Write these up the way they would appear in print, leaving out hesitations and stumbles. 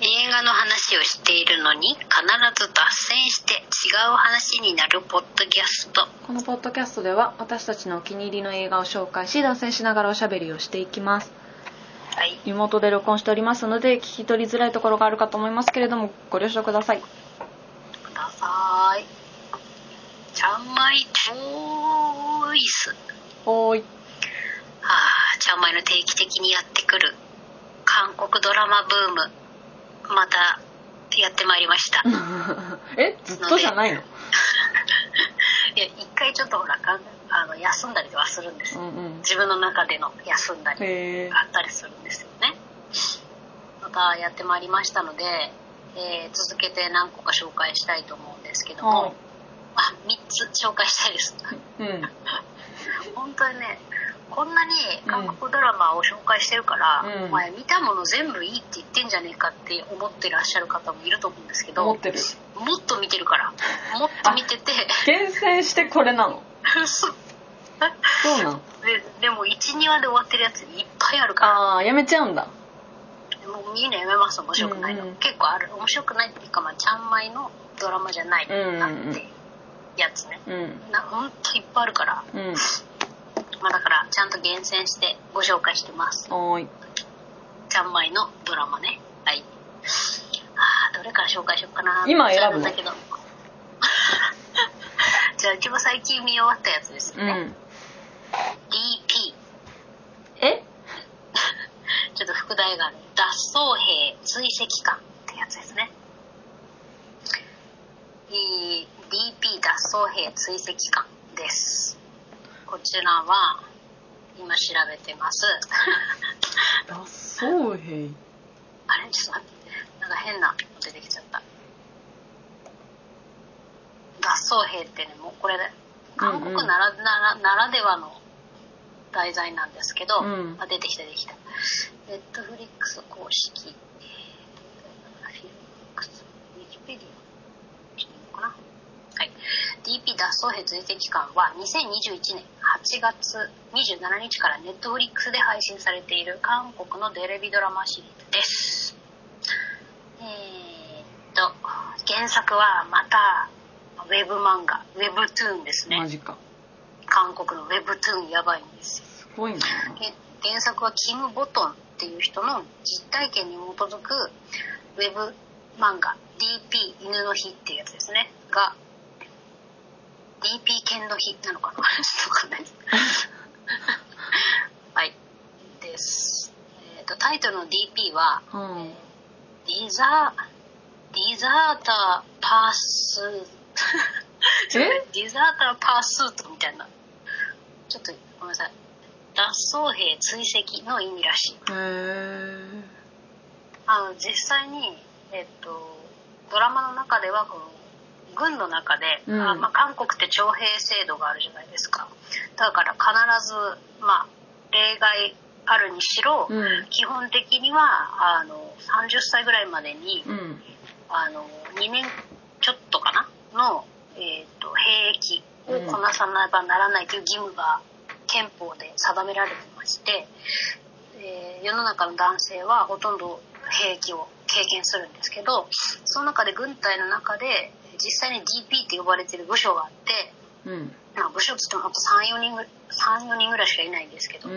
映画の話をしているのに必ず脱線して違う話になるポッドキャスト。 このポッドキャストでは私たちのお気に入りの映画を紹介し、脱線しながらおしゃべりをしていきます。 はい、 リモートで録音しておりますので聞き取りづらいところがあるかと思いますけれどもご了承ください。 ください。ちゃんまいチョイス。 おーい。 ちゃんまいの定期的にやってくる韓国ドラマブーム、またやってまいりましたずっとじゃないの？ いや、一回ちょっとほら休んだりはするんですよ、自分の中での休んだりがあったりするんですよね。またやってまいりましたので、続けて何個か紹介したいと思うんですけども、3つ紹介したいです、本当にね、こんなに韓国ドラマを紹介してるから、お前見たもの全部いいって言ってんじゃねえかって思ってらっしゃる方もいると思うんですけど、 思ってる。 もっと見てるから、もっと見てて厳選してこれなの？そうなの？ でも 1,2 話で終わってるやついっぱいあるから。 やめちゃうんだ。 もう見るのやめます。面白くないの、結構ある。面白くないっていうか、ちゃんまいのドラマじゃないなっていうやつね、ほんといっぱいあるから、だからちゃんと厳選してご紹介してます。 おーい。 ちゃんまいのドラマね。はい。どれから紹介しようかな。 今選ぶの？ だけどじゃあ一番最近見終わったやつですよね、DP。 ちょっと副題が脱走兵追跡官ってやつですね。DP 脱走兵追跡官です。こちらは今調べてます脱走兵。 あれ、ちょっと待って、なんか変なの出てきちゃった。脱走兵ってね、もうこれ韓国ならではの題材なんですけど、出てきた。ネットフリックス公式、フィルマックス、ウィキペディアしていいのかな。はい、DP 脱走兵追跡官は2021年8月27日からネットフリックスで配信されている韓国のテレビドラマシリーズです。原作はまたウェブ漫画、ウェブトゥーンですね。 マジか。 韓国のウェブトゥーンやばいんですよ。 すごいな。 原作はキム・ボトンっていう人の実体験に基づくウェブ漫画 DP 犬の日っていうやつですね。が DP 犬の日なのかなちょっとわかんないですはいです。タイトルの DP は、ディザーターパースディザーターパースートみたいな、ちょっとごめんなさい、脱走兵追跡の意味らしい。実際に、ドラマの中ではこの軍の中で、韓国って徴兵制度があるじゃないですか。だから必ず、例外あるにしろ、基本的には30歳ぐらいまでに、2年ちょっとかなの、兵役をこなさなばならないという義務が憲法で定められてまして、世の中の男性はほとんど兵役を経験するんですけど、その中で軍隊の中で実際に DP って呼ばれている部署があって、部署っつってもほんと 3,4 人ぐらいしかいないんですけど、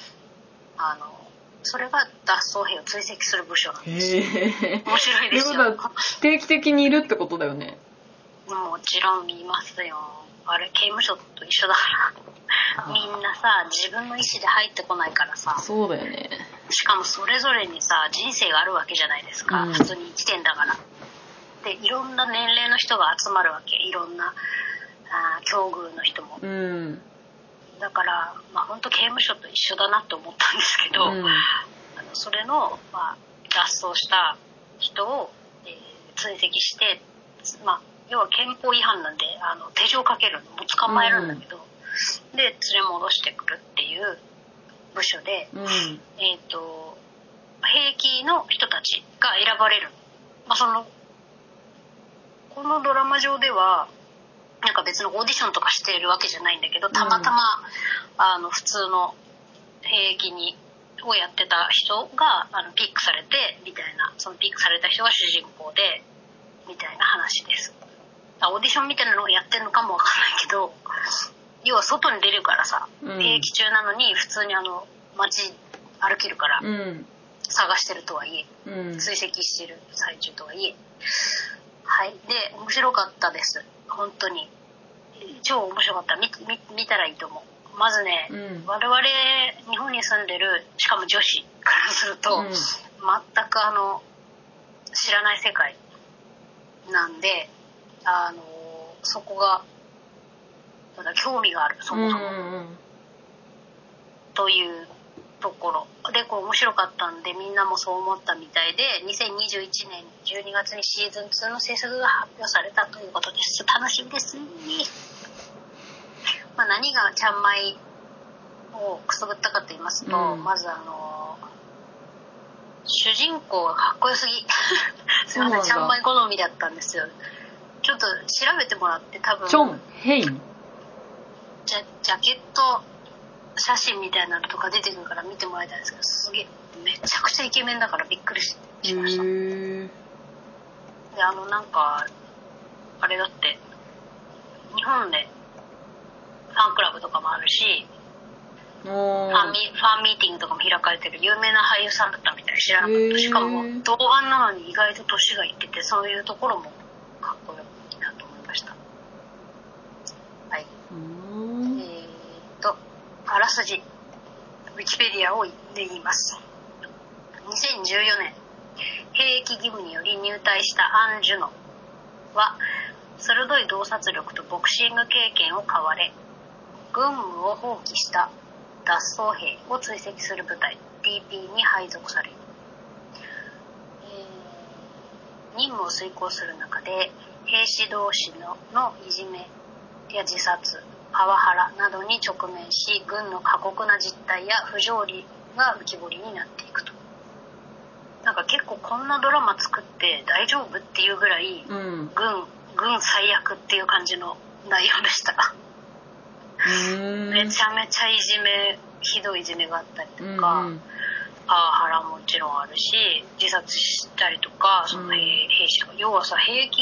それが脱走兵を追跡する部署なんですよ。面白いですよ。 定期的にいるってことだよね。 もちろん見ますよ。あれ刑務所と一緒だからみんなさ、自分の意思で入ってこないからさ。 そうだよね。 しかもそれぞれにさ、人生があるわけじゃないですか、普通に生きてんだから。で、いろんな年齢の人が集まるわけ。いろんな境遇の人も、だから本当刑務所と一緒だなって思ったんですけど、それの、脱走した人を、追跡して、要は憲法違反なんで手錠かけるのも捕まえるんだけど、で連れ戻してくるっていう部署で、兵役の人たちが選ばれる。このドラマ上ではなんか別のオーディションとかしているわけじゃないんだけど、たまたま普通の兵役をやってた人がピックされてみたいな、 そのピックされた人が主人公でみたいな話です。オーディションみたいなのをやってるのかもわかんないけど、要は外に出るからさ、兵役中なのに普通に街歩けるから、探してるとはいえ、追跡してる最中とはいえ、はい。で、面白かったです。本当に。超面白かった。見たらいいと思う。まずね、我々日本に住んでる、しかも女子からすると、全く知らない世界なんで、そこがただ興味がある、そもそも、というところで面白かったんで、みんなもそう思ったみたいで、2021年12月にシーズン2の制作が発表されたということです。楽しみですね。何がちゃんまいをくすぐったかと言いますと、まず主人公がかっこよすぎすいません、ちゃんまい好みだったんですよ。ちょっと調べてもらって、多分チョン・ヘインジャケット写真みたいなのとか出てくるから見てもらいたいんですけど、すげえめちゃくちゃイケメンだからびっくりしました。で、なんかあれだって、日本でファンクラブとかもあるし、ファンミーティングとかも開かれてる有名な俳優さんだったみたい。知らなかった。しかも童顔なのに意外と年がいってて、そういうところもかっこいいなと思いました。はい。あらすじ、ウィキペディアをで言います。2014年、兵役義務により入隊したアン・ジュノは、鋭い洞察力とボクシング経験を買われ、軍務を放棄した脱走兵を追跡する部隊 DP に配属される。任務を遂行する中で、兵士同士のいじめや自殺、パワハラなどに直面し、軍の過酷な実態や不条理が浮き彫りになっていくと。なんか結構こんなドラマ作って大丈夫っていうぐらい、軍最悪っていう感じの内容でした。めちゃめちゃいじめ、ひどいいじめがあったりとか、パワハラもちろんあるし、自殺したりとか、その兵士が、要はさ、兵役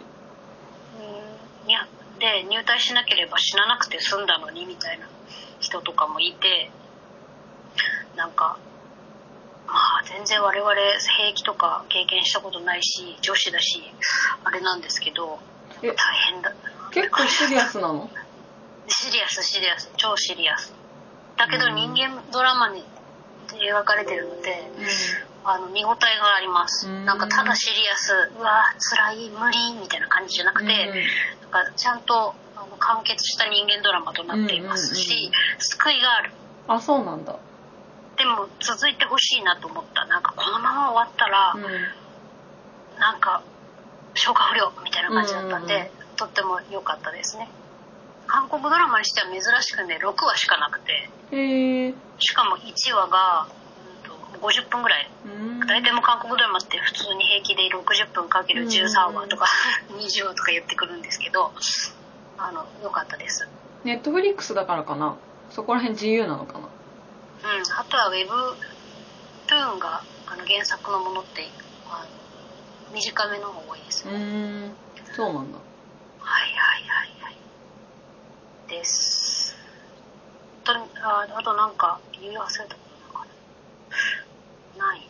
で入隊しなければ死ななくて済んだのにみたいな人とかもいて、なんか全然我々兵役とか経験したことないし、女子だしあれなんですけど、大変だ。 結構シリアスなの？ シリアス、超シリアスだけど、人間ドラマに描かれてるので、見応えがあります。なんかただシリアス、うわ辛い、無理みたいな感じじゃなくて、なんかちゃんと完結した人間ドラマとなっていますし、救いがある。 あ、そうなんだ。 でも続いてほしいなと思った。なんかこのまま終わったら、なんか消化不良みたいな感じだったんで、とっても良かったですね。韓国ドラマにしては珍しくね、6話しかなくて、しかも1話が50分ぐらい。大体もう韓国ドラマって普通に平気で60分かける13話とか20話とか言ってくるんですけど、良かったです。 ネットフリックスだからかな。そこら辺自由なのかな。 あとはウェブトゥーンが原作のものって短めの方が多いですね。 そうなんだ。 はいです。あとなんか言い忘れたことないね。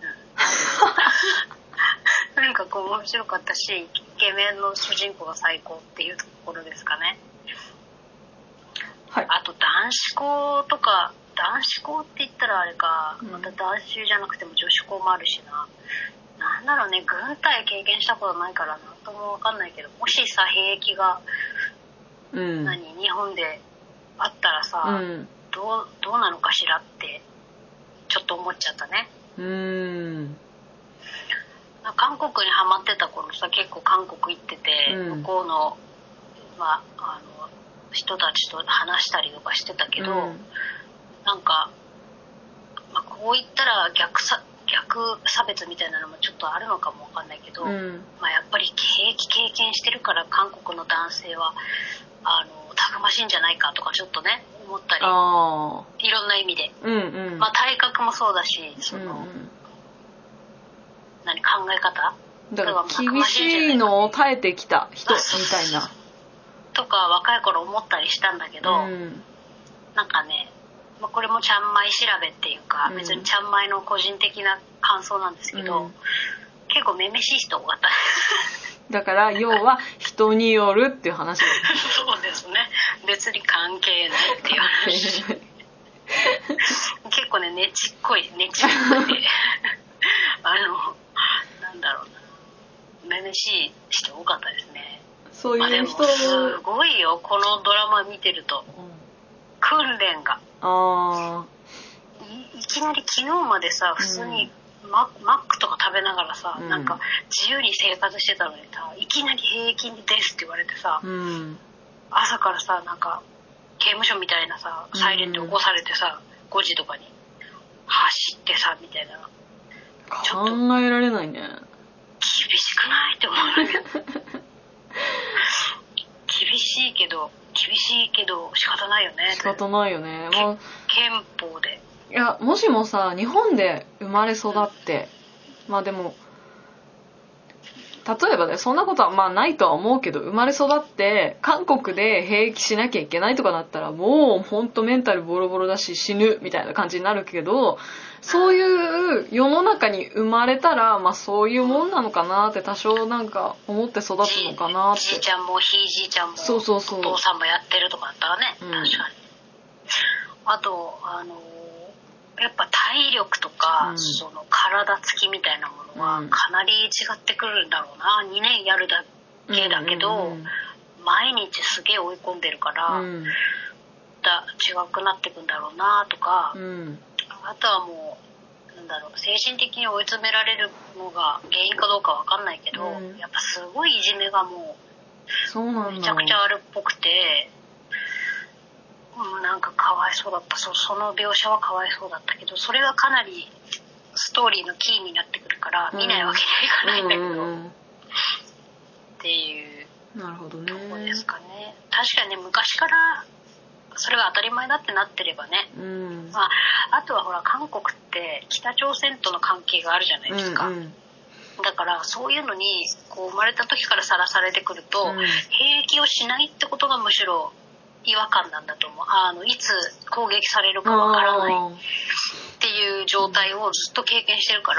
なんかこう面白かったし、イケメンの主人公が最高っていうところですかね。はい。あと男子校とか、男子校って言ったらあれか、また男子じゃなくても女子校もあるしな。なんだろうね、軍隊経験したことないからなんともわかんないけど、もしさ、兵役が、日本であったらさ、どうなのかしらってちょっと思っちゃったね。韓国にハマってた頃さ、結構韓国行ってて、向こうの、人たちと話したりとかしてたけど、なんか、こう言ったら逆差別みたいなのもちょっとあるのかもわかんないけど、やっぱり兵役経験してるから韓国の男性はたくましいんじゃないかとかちょっとね思ったり、いろんな意味で、体格もそうだし、 考え方だから厳しいのを耐えてきた人みたいなとか若い頃思ったりしたんだけど、なんかね、これもちゃんまい調べっていうか、別にちゃんまいの個人的な感想なんですけど、結構めめしい人多かっただから要は人によるっていう話ですそうですね、別に関係ないっていう話結構ね、ねちっこいてなんだろうな、めめしい人多かったですね。 そういう人、 でもすごいよ、このドラマ見てると、訓練がいきなり昨日までさ、普通にマックとか食べながらさ、なんか自由に生活してたのにさ、いきなり平均ですって言われてさ、朝からさ、なんか刑務所みたいなさ、サイレンで起こされてさ、5時とかに走ってさみたいな、 考えられないね。 厳しくないって思うんだけど厳しいけど仕方ないよね。 仕方ないよね。 憲法で。 いや、もしもさ、日本で生まれ育って、まあでも例えばね、そんなことはまあないとは思うけど、生まれ育って韓国で兵役しなきゃいけないとかなったら、もうほんとメンタルボロボロだし死ぬみたいな感じになるけど、そういう世の中に生まれたら、まあそういうもんなのかなって多少なんか思って育つのかなって。 じいちゃんもひいじいちゃんもお父さんもやってるとかだったらね、確かに。あとやっぱ体力とか、その体つきみたいなものはかなり違ってくるんだろうな。2年やるだけだけど、毎日すげえ追い込んでるから、違くなってくんだろうなとか、あとはもうなんだろう、精神的に追い詰められるのが原因かどうかわかんないけど、やっぱすごいいじめがもうめちゃくちゃあるっぽくて、なんかかわいそうだった。その描写はかわいそうだったけど、それがかなりストーリーのキーになってくるから見ないわけにはいかないんだけど、っていうとこですかね。確かに昔からそれが当たり前だってなってればね、あとはほら韓国って北朝鮮との関係があるじゃないですか、だからそういうのにこう生まれた時からさらされてくると、兵役をしないってことがむしろ違和感なんだと思う。いつ攻撃されるかわからないっていう状態をずっと経験してるから、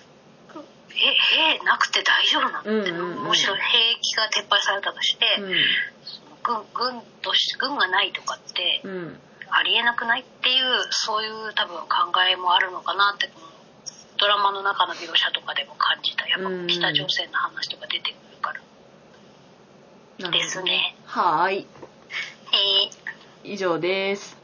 兵なくて大丈夫なのって、むしろ兵役が撤廃されたとして、軍がないとかってありえなくないっていう、そういう多分考えもあるのかなって、ドラマの中の描写とかでも感じた。やっぱ北朝鮮の話とか出てくるからですね。 はい。以上です。